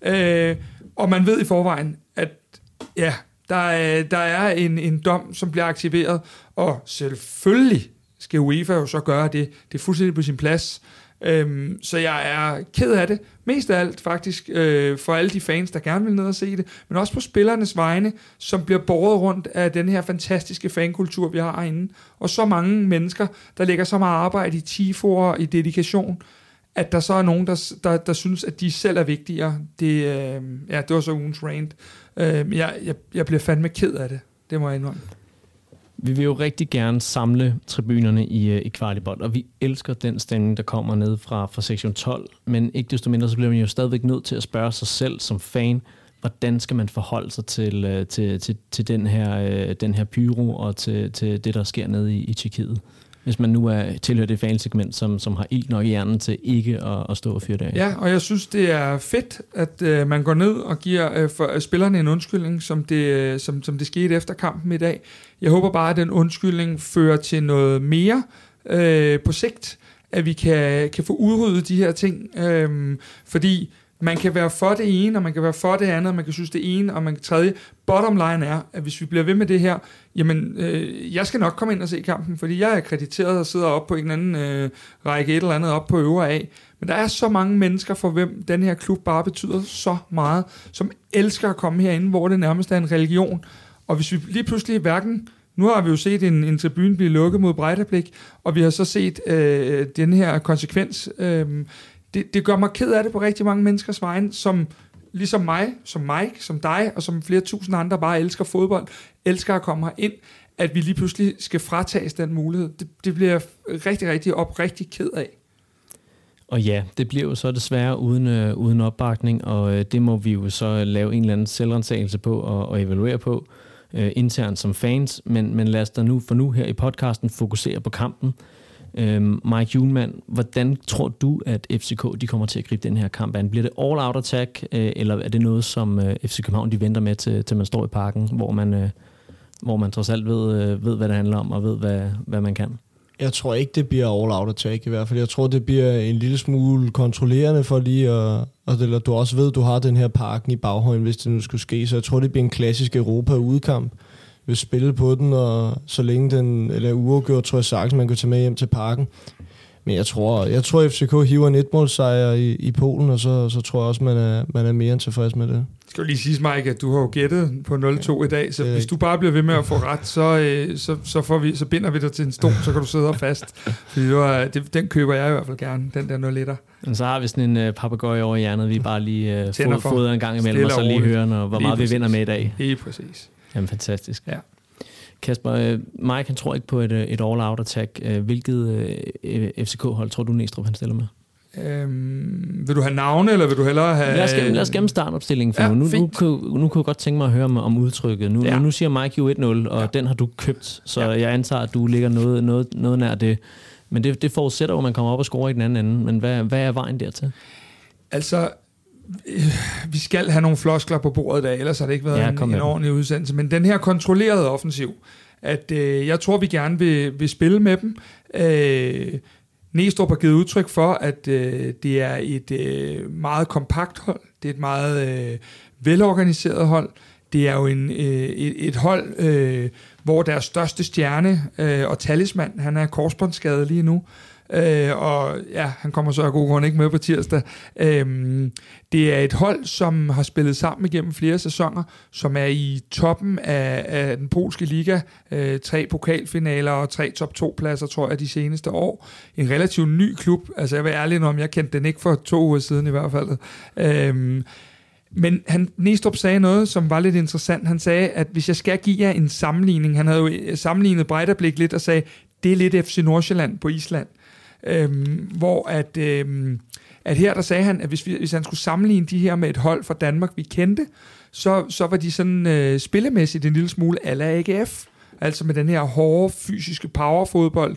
Speaker 2: Og man ved i forvejen, at der er en dom, som bliver aktiveret, og selvfølgelig skal UEFA jo så gøre det. Det er fuldstændig på sin plads. Så jeg er ked af det. Mest af alt faktisk for alle de fans, der gerne vil ned og se det, men også på spillernes vegne, som bliver båret rundt af den her fantastiske fankultur, vi har herinde. Og så mange mennesker, der lægger så meget arbejde i tifoer og i dedikation, at der så er nogen, der synes, at de selv er vigtigere. Det var så ugens rant. Jeg bliver fandme ked af det. Det må jeg indrømme.
Speaker 1: Vi vil jo rigtig gerne samle tribunerne i Kvartibold, og vi elsker den stemning, der kommer ned fra sektion 12, men ikke desto mindre, så bliver man jo stadigvæk nødt til at spørge sig selv som fan, hvordan skal man forholde sig til den her pyro og til det, der sker nede i Tjekkiet, hvis man nu er tilhørt det fansegment, som har ild nok i hjernen til ikke at stå og fyre det af.
Speaker 2: Ja, og jeg synes, det er fedt, at man går ned og giver for spillerne en undskyldning, som det skete efter kampen i dag. Jeg håber bare, at den undskyldning fører til noget mere på sigt, at vi kan få udryddet de her ting, fordi man kan være for det ene, og man kan være for det andet, og man kan synes det ene, og man kan tredje. Bottom line er, at hvis vi bliver ved med det her, jamen, jeg skal nok komme ind og se kampen, fordi jeg er akkrediteret og sidder oppe på en anden række et eller andet op på øvre af. Men der er så mange mennesker, for hvem den her klub bare betyder så meget, som elsker at komme herinde, hvor det nærmest er en religion. Og hvis vi lige pludselig hverken... Nu har vi jo set en tribune blive lukket mod Breidablik, og vi har så set den her konsekvens... Det gør mig ked af det på rigtig mange menneskers vegne, som ligesom mig, som Mike, som dig, og som flere tusind andre bare elsker fodbold, elsker at komme ind, at vi lige pludselig skal fratages den mulighed. Det bliver jeg rigtig oprigtig ked af.
Speaker 1: Og ja, det bliver jo så desværre uden opbakning, og det må vi jo så lave en eller anden selvrensagelse på og evaluere på internt som fans. Men lad os da nu her i podcasten fokusere på kampen. Mike Hjulmand, hvordan tror du, at FCK de kommer til at gribe den her kamp an? Bliver det all-out attack, eller er det noget, som FC København de venter med, til man står i parken, hvor man trods alt ved, hvad det handler om, og ved, hvad man kan?
Speaker 4: Jeg tror ikke, det bliver all-out attack i hvert fald. Jeg tror, det bliver en lille smule kontrollerende for lige eller du også ved, du har den her parken i baghøjen, hvis det nu skulle ske. Så jeg tror, det bliver en klassisk Europa-udekamp. Vil spille på den, og så længe den eller uafgjort, tror jeg sagtens, man kan tage med hjem til parken. Men jeg tror FCK hiver en 1-målsejr i Polen, og så tror jeg også, man er mere end tilfreds med det.
Speaker 2: Skal jo lige sige, Mike, at du har jo gættet på 0-2 i dag, så hvis du bare bliver ved med at få ret, så binder vi dig til en stol, så kan du sidde og fast. Fordi den køber jeg i hvert fald gerne, den der 0-1'er.
Speaker 1: Men så har vi sådan en papegøje over hjernet, vi bare lige fodrer en gang imellem, og så lige hører, hvor meget vi vinder med i dag.
Speaker 2: Lige præcis.
Speaker 1: Jamen, fantastisk.
Speaker 2: Ja.
Speaker 1: Kasper, Mike han tror ikke på et all-out attack. Hvilket FCK-hold tror du, Næstrup han stiller med?
Speaker 2: Vil du have navne, eller vil du hellere have...
Speaker 1: Lad os gemme startopstillingen for nu. Nu kunne jeg godt tænke mig at høre om udtrykket. Nu siger Mike jo 1-0, og den har du købt, så jeg antager, at du ligger noget nær det. Men det forudsætter jo, at man kommer op og scorer i den anden ende. Men hvad er vejen dertil?
Speaker 2: Altså... Vi skal have nogle floskler på bordet i dag, ellers har det ikke været en ordentlig udsendelse. Men den her kontrollerede offensiv, at jeg tror, vi gerne vil spille med dem. Næstrup har givet udtryk for, at det er et meget kompakt hold. Det er et meget velorganiseret hold. Det er jo et hold, hvor deres største stjerne og talisman, han er korsbåndsskadet lige nu. Og ja, han kommer så af god grund ikke med på tirsdag. Det er et hold, som har spillet sammen igennem flere sæsoner, som er i toppen af den polske liga. 3 pokalfinaler og 3 top 2 pladser, tror jeg, de seneste år. En relativt ny klub. Altså jeg vil ærlig om, jeg kendte den ikke for 2 uger siden i hvert fald. Men Næstrup sagde noget, som var lidt interessant. Han sagde, at hvis jeg skal give jer en sammenligning, han havde jo sammenlignet Breidablik lidt og sagde, det er lidt FC Nordsjælland på Island. Hvor at her der sagde han, at hvis han skulle sammenligne de her med et hold fra Danmark, vi kendte, så var de sådan spillemæssigt en lille smule a la AGF, altså med den her hårde, fysiske powerfodbold.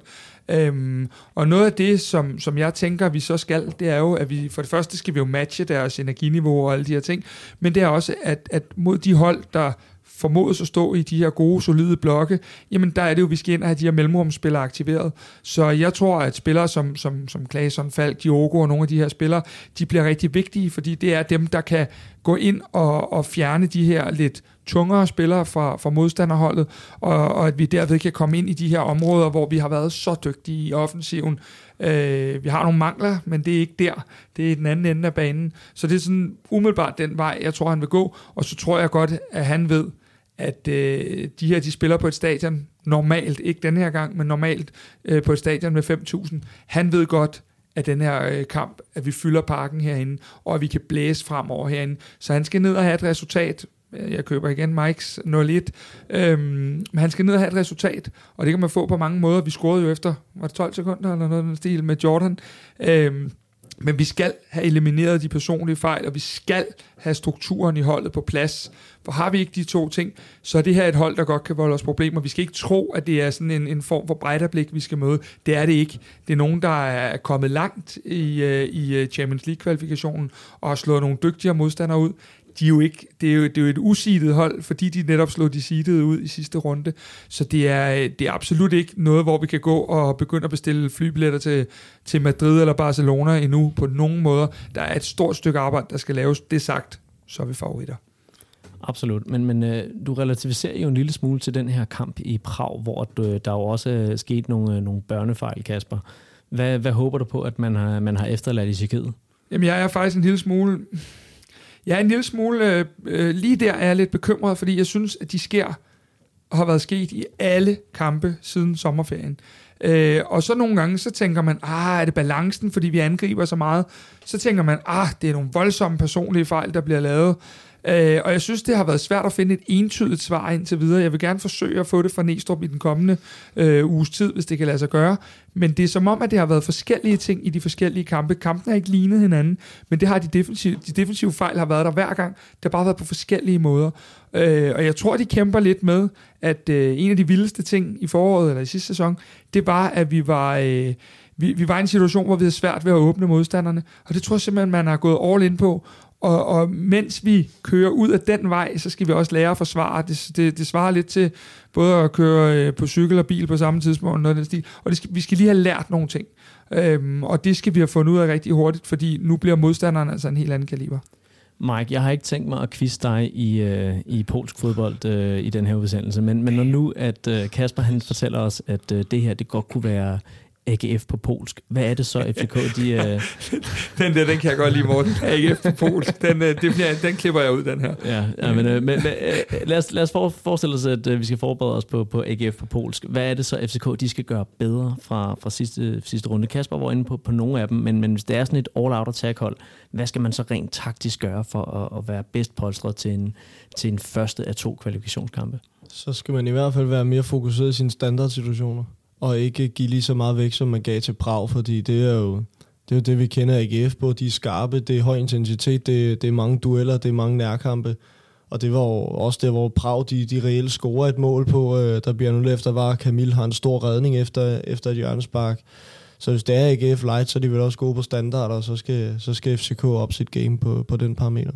Speaker 2: Og noget af det, som jeg tænker, vi så skal, det er jo, at vi for det første skal vi jo matche deres energiniveau og alle de her ting, men det er også, at mod de hold, der formodes at stå i de her gode, solide blokke, jamen der er det jo, vi skal ind og have de her mellemrumsspillere aktiveret. Så jeg tror, at spillere som Claesson, Falk, Diogo og nogle af de her spillere, de bliver rigtig vigtige, fordi det er dem, der kan gå ind og fjerne de her lidt tungere spillere fra modstanderholdet, og at vi derved kan komme ind i de her områder, hvor vi har været så dygtige i offensiven. Vi har nogle mangler, men det er ikke der. Det er den anden ende af banen. Så det er sådan umiddelbart den vej, jeg tror, han vil gå. Og så tror jeg godt, at han ved, at de spiller på et stadion normalt, ikke den her gang, men normalt på et stadion med 5.000. Han ved godt, at den her kamp, at vi fylder parken herinde, og at vi kan blæse fremover herinde. Så han skal ned og have et resultat. Jeg køber igen Mikes 0-1. Men han skal ned og have et resultat, og det kan man få på mange måder. Vi scorede jo efter, var det 12 sekunder eller noget af den stil med Jordan. Men vi skal have elimineret de personlige fejl, og vi skal have strukturen i holdet på plads. For har vi ikke de 2 ting, så er det her et hold, der godt kan volde os problemer. Vi skal ikke tro, at det er sådan en form for Breidablik, vi skal møde. Det er det ikke. Det er nogen, der er kommet langt i Champions League-kvalifikationen og har slået nogle dygtigere modstandere ud. De er jo ikke, det er jo et useedet hold, fordi de netop slog de seedede ud i sidste runde. Så det er absolut ikke noget, hvor vi kan gå og begynde at bestille flybilletter til Madrid eller Barcelona endnu på nogen måder. Der er et stort stykke arbejde, der skal laves. Det sagt, så er vi favoritter.
Speaker 1: Absolut, men du relativiserer jo en lille smule til den her kamp i Prag, hvor der jo også er sket nogle børnefejl, Kasper. Hvad håber du på, at man har efterladt i Tjekkiet?
Speaker 2: Jamen, jeg er faktisk en lille smule... lige der er jeg lidt bekymret, fordi jeg synes, at de sker og har været sket i alle kampe siden sommerferien. Og så nogle gange, så tænker man, er det balancen, fordi vi angriber så meget? Så tænker man, det er nogle voldsomme personlige fejl, der bliver lavet. Og jeg synes, det har været svært at finde et entydigt svar indtil videre. Jeg vil gerne forsøge at få det fra Næstrup i den kommende uges tid, hvis det kan lade sig gøre. Men det er som om, at det har været forskellige ting i de forskellige kampe. Kampen har ikke lignet hinanden, men det har de defensive fejl har været der hver gang. Det har bare været på forskellige måder. Og jeg tror, de kæmper lidt med, at en af de vildeste ting i foråret eller i sidste sæson, det var, at vi var i en situation, hvor vi havde svært ved at åbne modstanderne. Og det tror jeg simpelthen, man har gået all in på. Og mens vi kører ud af den vej, så skal vi også lære at forsvare. Det svarer lidt til både at køre på cykel og bil på samme tidspunkt, og den stil. Og vi skal lige have lært nogle ting. Og det skal vi have fundet ud af rigtig hurtigt, fordi nu bliver modstanderen altså en helt anden kaliber.
Speaker 1: Mike, jeg har ikke tænkt mig at quizze dig i polsk fodbold i den her udsendelse, men når nu, at Kasper han fortæller os, at det her det godt kunne være AGF på polsk. Hvad er det så, FCK?
Speaker 2: Den kan jeg godt lide, Morten. AGF på polsk. Den klipper jeg ud, den her.
Speaker 1: Ja, men lad os forestille os, at vi skal forberede os på AGF på polsk. Hvad er det så, FCK de skal gøre bedre fra sidste runde? Kasper var inde på nogle af dem, men hvis det er sådan et all-out attack-hold, hvad skal man så rent taktisk gøre for at være bedst polstret til en første af 2 kvalifikationskampe?
Speaker 4: Så skal man i hvert fald være mere fokuseret i sine standardsituationer, og ikke give lige så meget væk, som man gav til Prag, fordi det er jo det, vi kender af AGF på. De er skarpe, det er høj intensitet, det er mange dueller, det er mange nærkampe. Og det var jo også der, hvor Prag de reelt scorer et mål på, der bliver nu efter, var Kamil har en stor redning efter et hjørnespark. Så hvis det er AGF light, så er de vel også gode på standard, og så skal FCK op sit game på den parameter.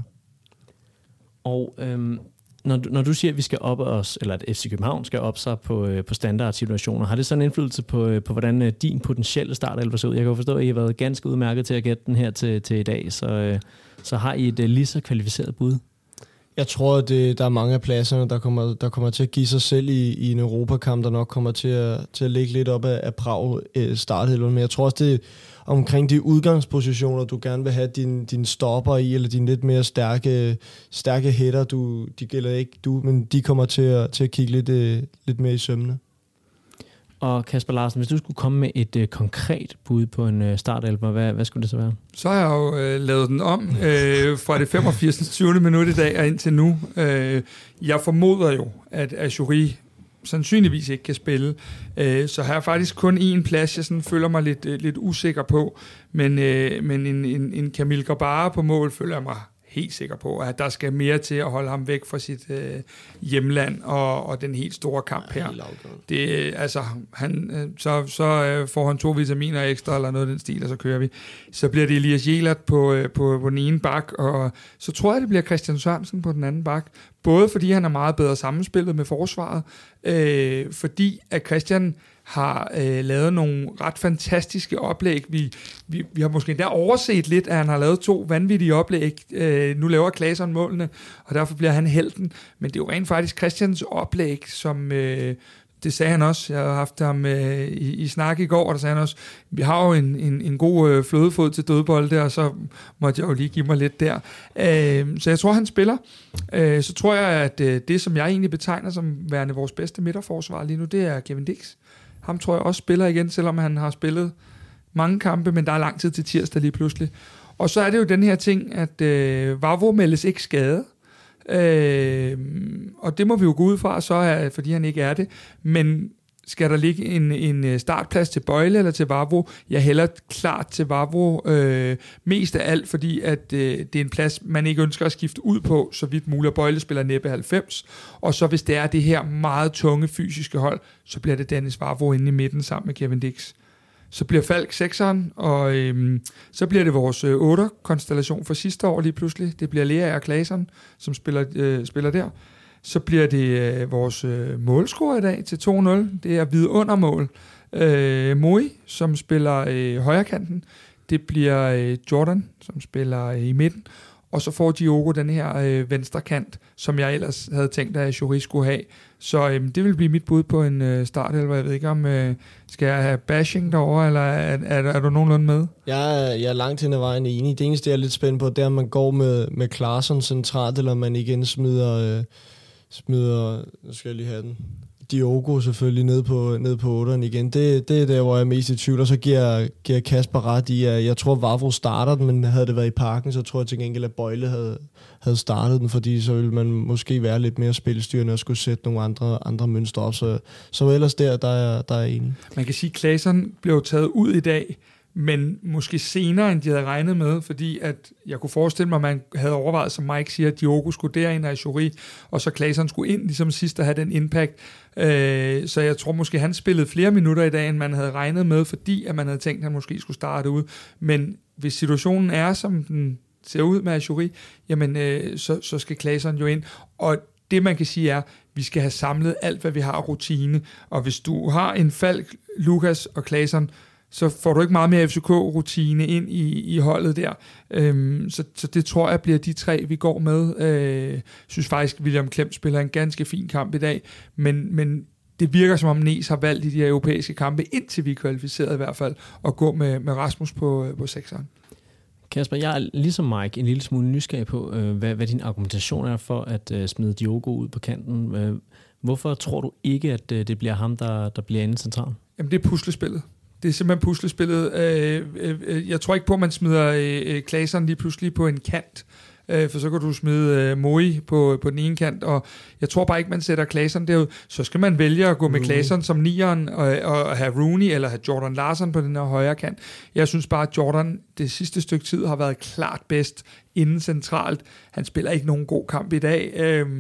Speaker 1: Og når du siger, at vi skal op os, eller at FC København skal op sig på standardsituationer, har det sådan en indflydelse på hvordan din potentielle startelver ser ud? Jeg kan jo forstå, at I har været ganske udmærket til at gætte den her til i dag, så har I et lige så kvalificeret bud?
Speaker 4: Jeg tror, at der er mange af pladserne, der kommer til at give sig selv i en Europakamp, der nok kommer til at ligge lidt op af Prag startelveren. Men jeg tror også, det er omkring de udgangspositioner, du gerne vil have din stopper i, eller dine lidt mere stærke hætter, de gælder ikke men de kommer til at kigge lidt mere i sømmene.
Speaker 1: Og Kasper Larsen, hvis du skulle komme med et konkret bud på en startelver, hvad skulle det så være?
Speaker 2: Så har jeg jo lavet den om fra det 85. 20. minut i dag og indtil nu. Jeg formoder jo, at Achouri sandsynligvis ikke kan spille. Så har jeg faktisk kun én plads, jeg sådan føler mig lidt usikker på. Men en Kamil Grabara på mål føler jeg mig helt sikker på, at der skal mere til at holde ham væk fra sit hjemland og den helt store kamp her. Det, altså, så får han 2 vitaminer ekstra eller noget af den stil, og så kører vi. Så bliver det Elias Jelert på den ene bak, og så tror jeg, det bliver Christian Sørensen på den anden bak. Både fordi han er meget bedre sammenspillet med forsvaret, fordi at Christian har lavet nogle ret fantastiske oplæg. Vi har måske endda overset lidt, at han har lavet 2 vanvittige oplæg. Nu laver Claesson målene, og derfor bliver han helten. Men det er jo rent faktisk Christians oplæg, som det sagde han også. Jeg har haft ham i snak i går, og der sagde han også, vi har jo en god flødefod til dødbold der, og så måtte jeg jo lige give mig lidt der. Så jeg tror, han spiller. Så tror jeg, at det, som jeg egentlig betegner som værende vores bedste midterforsvar lige nu, det er Kevin Dix. Ham tror jeg også spiller igen, selvom han har spillet mange kampe, men der er lang tid til tirsdag lige pludselig. Og så er det jo den her ting, at Vavro meldes ikke skade. Og det må vi jo gå ud fra, fordi han ikke er det. Men skal der ligge en startplads til Bøjle eller til Vavro? Jeg hælder klart til Vavro mest af alt, fordi at det er en plads, man ikke ønsker at skifte ud på, så vidt muligt. Bøjle spiller næppe 90. Og så hvis det er det her meget tunge fysiske hold, så bliver det Dennis Vavro inde i midten sammen med Kevin Dix. Så bliver Falk 6'eren, og så bliver det vores 8'er-konstellation for sidste år lige pludselig. Det bliver Lea og Claesson, som spiller der. Så bliver det vores målscorer i dag til 2-0. Det er vidundermål. Moi, som spiller højrekanten. Det bliver Jordan, som spiller i midten. Og så får Diogo den her venstre kant, som jeg ellers havde tænkt, at Achouri skulle have. Så det vil blive mit bud på en startelver. Jeg ved ikke, om skal jeg have bashing derovre, eller er du nogenlunde med?
Speaker 4: Jeg er langt hen ad vejen enig. Det eneste, jeg er lidt spændt på, det er, om man går med Claesson centralt, eller man igen smider nu skal jeg lige have den, Diogo selvfølgelig ned på 8'eren igen. Det er der, hvor jeg er mest i tvivl, og så giver Kasper ret i, at jeg tror, Vavro starter den, men havde det været i Parken, så tror jeg til gengæld, at Bøjle havde startet den, fordi så ville man måske være lidt mere spilstyrende og skulle sætte nogle andre mønstre op. Så ellers der er jeg enig.
Speaker 2: Man kan sige, at Claesson blev taget ud i dag, men måske senere, end de havde regnet med, fordi at jeg kunne forestille mig, at man havde overvejet, som Mike siger, at Diogo skulle derind af Jory, og så Claesson skulle ind ligesom sidst og have den impact. Så jeg tror måske, han spillede flere minutter i dag, end man havde regnet med, fordi at man havde tænkt, at han måske skulle starte ud. Men hvis situationen er, som den ser ud med Jory, jamen så skal Claesson jo ind. Og det man kan sige er, at vi skal have samlet alt, hvad vi har af rutine. Og hvis du har en Falk, Lukas og Claesson, så får du ikke meget mere FCK-rutine ind i holdet der. Så det tror jeg bliver de 3, vi går med. Jeg synes faktisk, at William Klem spiller en ganske fin kamp i dag, men det virker som om Nes har valgt i de her europæiske kampe, indtil vi er kvalificeret i hvert fald, at gå med Rasmus på 6'eren.
Speaker 1: Kasper, jeg er ligesom Mike en lille smule nysgerrig på, hvad din argumentation er for at smide Diogo ud på kanten. Hvorfor tror du ikke, at det bliver ham, der bliver inde centralt?
Speaker 2: Jamen, det er puslespillet. Det er simpelthen puslespillet. Jeg tror ikke på, at man smider Claesson lige pludselig på en kant, for så kan du smide Moi på den ene kant, og jeg tror bare ikke, man sætter Claesson derud. Så skal man vælge at gå med Claesson som 9'eren, og have Rooney eller have Jordan Larsen på den her højre kant. Jeg synes bare, at Jordan det sidste stykke tid har været klart bedst inden centralt. Han spiller ikke nogen god kamp i dag,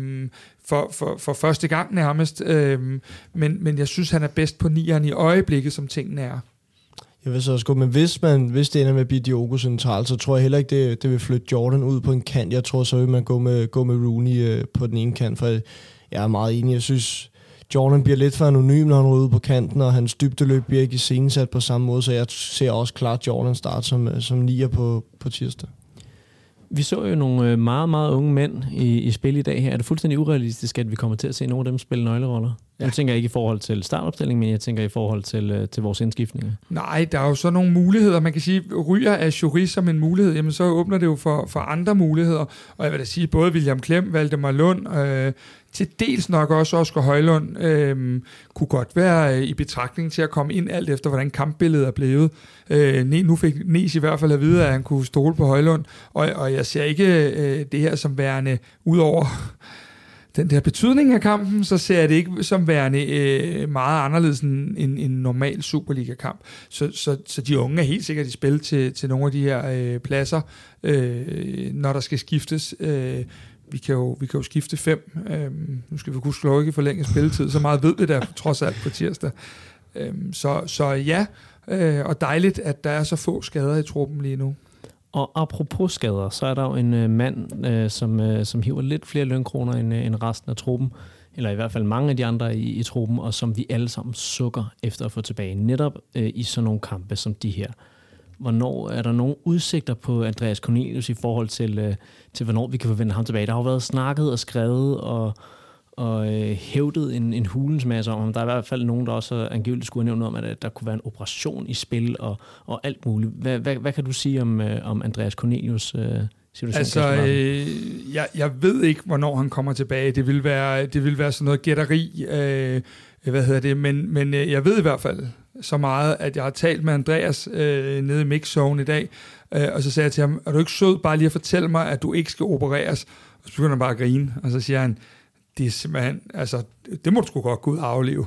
Speaker 2: for første gang nærmest, men jeg synes, han er bedst på 9'eren i øjeblikket, som tingene er.
Speaker 4: Jeg vil så også gå, men hvis det ender med at blive Diogo centralt, så tror jeg heller ikke, det vil flytte Jordan ud på en kant. Jeg tror så vil man gå med Rooney på den ene kant, for jeg er meget enig. Jeg synes, Jordan bliver lidt for anonym, når han er ude på kanten, og hans dybdeløb bliver ikke iscenesat på samme måde, så jeg ser også klart Jordan start som 9'er på tirsdag.
Speaker 1: Vi så jo nogle meget, meget unge mænd i spil i dag her. Er det fuldstændig urealistisk, at vi kommer til at se nogle af dem spille nøgleroller? Ja. Jeg tænker ikke i forhold til startopstilling, men jeg tænker i forhold til vores indskiftninger. Nej, der er jo så nogle muligheder. Man kan sige, ryger af Jory som en mulighed, jamen så åbner det jo for andre muligheder. Og jeg vil da sige, både William Klem, Valdemar Lund, til dels nok også Oscar Højlund, kunne godt være i betragtning til at komme ind alt efter, hvordan kampbilledet er blevet. Nu fik Nes i hvert fald at vide, at han kunne stole på Højlund, og jeg ser ikke det her som værende, udover den der betydning af kampen, så ser jeg det ikke som værende meget anderledes end en normal Superliga-kamp. Så de unge er helt sikkert i spil til nogle af de her pladser, når der skal skiftes. Vi kan jo skifte 5. Nu skal vi gudskelov ikke forlænge spilletid, så meget ved vi der trods alt på tirsdag. Så ja, og dejligt, at der er så få skader i truppen lige nu. Og apropos skader, så er der jo en mand, som hiver lidt flere lønkroner end resten af truppen, eller i hvert fald mange af de andre i truppen, og som vi alle sammen sukker efter at få tilbage, netop i sådan nogle kampe som de her. Hvornår er der nogle udsigter på Andreas Cornelius i forhold til hvornår vi kan forvente ham tilbage? Der har jo været snakket og skrevet og hævdet en hulens masse om. Der er i hvert fald nogen, der også angiveligt skulle have nævnt om, at der kunne være en operation i spil og alt muligt. Hvad kan du sige om Andreas Cornelius situation?
Speaker 2: Altså, jeg ved ikke, hvornår han kommer tilbage. Det vil være sådan noget gætteri. Men jeg ved i hvert fald så meget, at jeg har talt med Andreas nede i mixzone i dag, og så sagde jeg til ham, er du ikke sød bare lige at fortælle mig, at du ikke skal opereres? Og så begynder han bare at grine, og så siger han, det er simpelthen, altså, det må du sgu godt gå ud og afleve.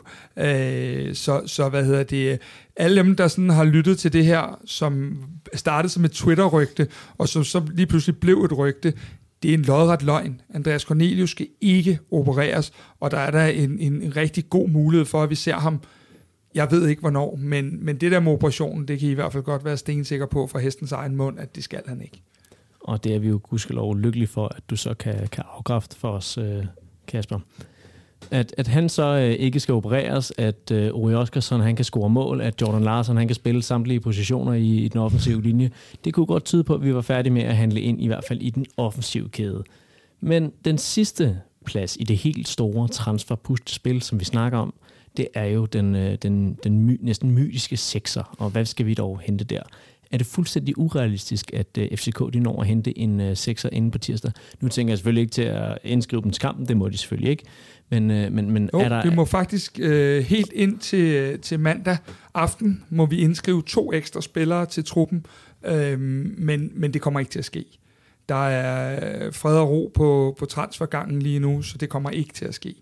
Speaker 2: Alle dem, der sådan har lyttet til det her, som startede som et Twitter-rygte, og så lige pludselig blev et rygte, det er en lodret løgn. Andreas Cornelius skal ikke opereres, og der er der en rigtig god mulighed for, at vi ser ham. Jeg ved ikke, hvornår, men det der med operationen, det kan I hvert fald godt være stensikker på fra hestens egen mund, at det skal han ikke.
Speaker 1: Og det er vi jo gudskelov lykkelige for, at du så kan afkræfte for os, Kasper. At han så ikke skal opereres, at Uri Oskarsson han kan score mål, at Jordan Larsen han kan spille samtlige positioner i den offensive linje, det kunne godt tyde på, at vi var færdige med at handle ind, i hvert fald i den offensive kæde. Men den sidste plads i det helt store transferpuslespil, som vi snakker om, det er jo den næsten mytiske sekser. Og hvad skal vi dog hente der? er det fuldstændig urealistisk, at FCK de når at hente en 6'er inden på tirsdag? Nu tænker jeg selvfølgelig ikke til at indskrive dem til kampen, det må de selvfølgelig ikke. Men er der...
Speaker 2: Vi må faktisk helt ind til mandag aften, må vi indskrive 2 ekstra spillere til truppen, men det kommer ikke til at ske. Der er fred og ro på transfergangen lige nu, så det kommer ikke til at ske.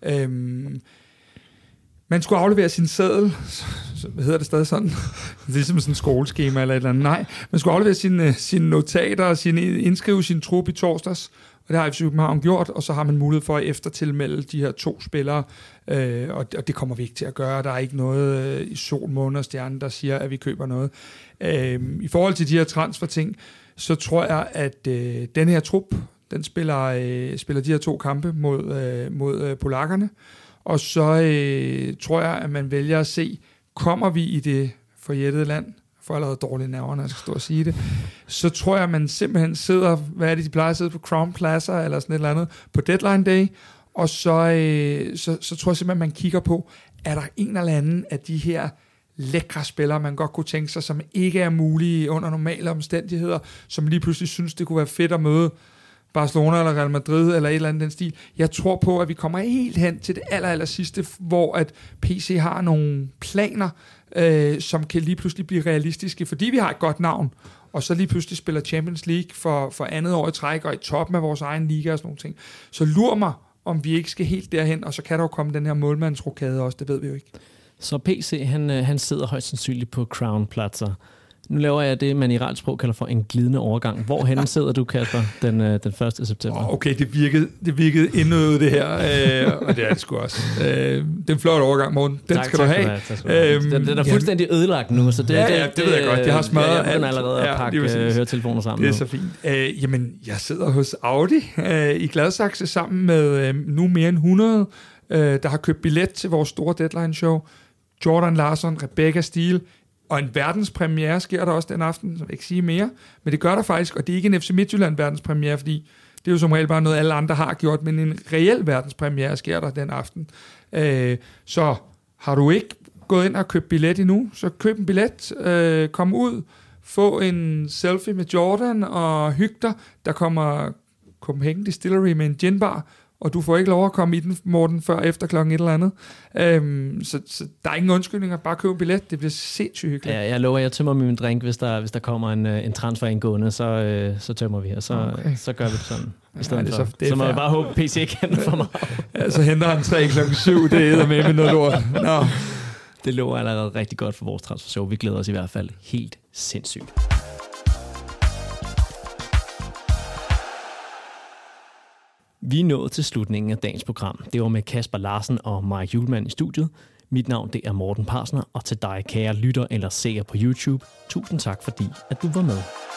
Speaker 2: Man skulle aflevere sin seddel, hedder det stadig sådan, ligesom sådan en skoleskema eller et eller andet. Nej, man skulle aflevere sine notater og indskrive sin trup i torsdags, og det har FC København gjort, og så har man mulighed for at eftertilmelde de her 2 spillere, og det kommer vi ikke til at gøre. Der er ikke noget i sol, måne og stjerne, der siger, at vi køber noget. I forhold til de her transferting, så tror jeg, at den her trup, den spiller de her 2 kampe mod polakkerne, og så tror jeg, at man vælger at se, kommer vi i det forjættede land, for allerede dårlige nerver, når jeg skal stå og sige det, så tror jeg, at man simpelthen sidder, hvad er det, de plejer at sidde på Crown Plaza, eller sådan et eller andet, på deadline day, og så tror jeg simpelthen, at man kigger på, er der en eller anden af de her lækre spillere, man godt kunne tænke sig, som ikke er mulige under normale omstændigheder, som lige pludselig synes, det kunne være fedt at møde Barcelona eller Real Madrid eller et eller andet den stil. Jeg tror på, at vi kommer helt hen til det aller sidste, hvor at PC har nogle planer, som kan lige pludselig blive realistiske, fordi vi har et godt navn, og så lige pludselig spiller Champions League for andet år i træk, og i toppen af vores egen liga og sådan nogle ting. Så lur mig, om vi ikke skal helt derhen, og så kan der jo komme den her målmandsrokade også, det ved vi jo ikke.
Speaker 1: Så PC, han sidder højst sandsynligt på Crown Plaza. Nu laver jeg det, man i retsprog kalder for en glidende overgang. Hvorhen sidder du, Kasper, den 1. september?
Speaker 2: Okay, det virkede indøvet det her, og det er det sgu også. Det er en flot overgang, Morten. Den skal du have.
Speaker 1: Den er fuldstændig ødelagt nu, så det
Speaker 2: ved jeg godt. Jeg har smadret
Speaker 1: alt. Jeg allerede at pakke høretelefoner sammen.
Speaker 2: Det er så fint. Jamen, jeg sidder hos Audi i Gladsaxe sammen med nu mere end 100, der har købt billet til vores store deadline-show. Jordan Larsson, Rebecca Steele, og en verdenspremiere sker der også den aften, som jeg ikke sige mere, men det gør der faktisk, og det er ikke en FC Midtjylland verdenspremiere, fordi det er jo som regel bare noget, alle andre har gjort, men en reel verdenspremiere sker der den aften. Så har du ikke gået ind og købt billet endnu, så køb en billet, kom ud, få en selfie med Jordan og hygge dig. Der kommer Copenhagen Distillery med en ginbar, og du får ikke lov at komme i den, Morten, før efter klokken et eller andet. Så der er ingen undskyldninger. Bare køb en billet. Det bliver sindssygt hyggeligt.
Speaker 1: Ja, jeg lover, jeg tømmer min drink, hvis der kommer en transfer indgående, så tømmer vi, og så gør vi det sådan. I stedet for. Så må jeg bare håbe, PC ikke henter for mig.
Speaker 2: Ja, så henter han 3 klokken 7. Det æder med noget lort. Nå.
Speaker 1: Det lover allerede rigtig godt for vores transfershow. Vi glæder os i hvert fald helt sindssygt. Vi er nået til slutningen af dagens program. Det var med Kasper Larsen og Mark Hjulmand i studiet. Mit navn det er Morten Parsner, og til dig, kære lytter eller seer på YouTube, tusind tak fordi, at du var med.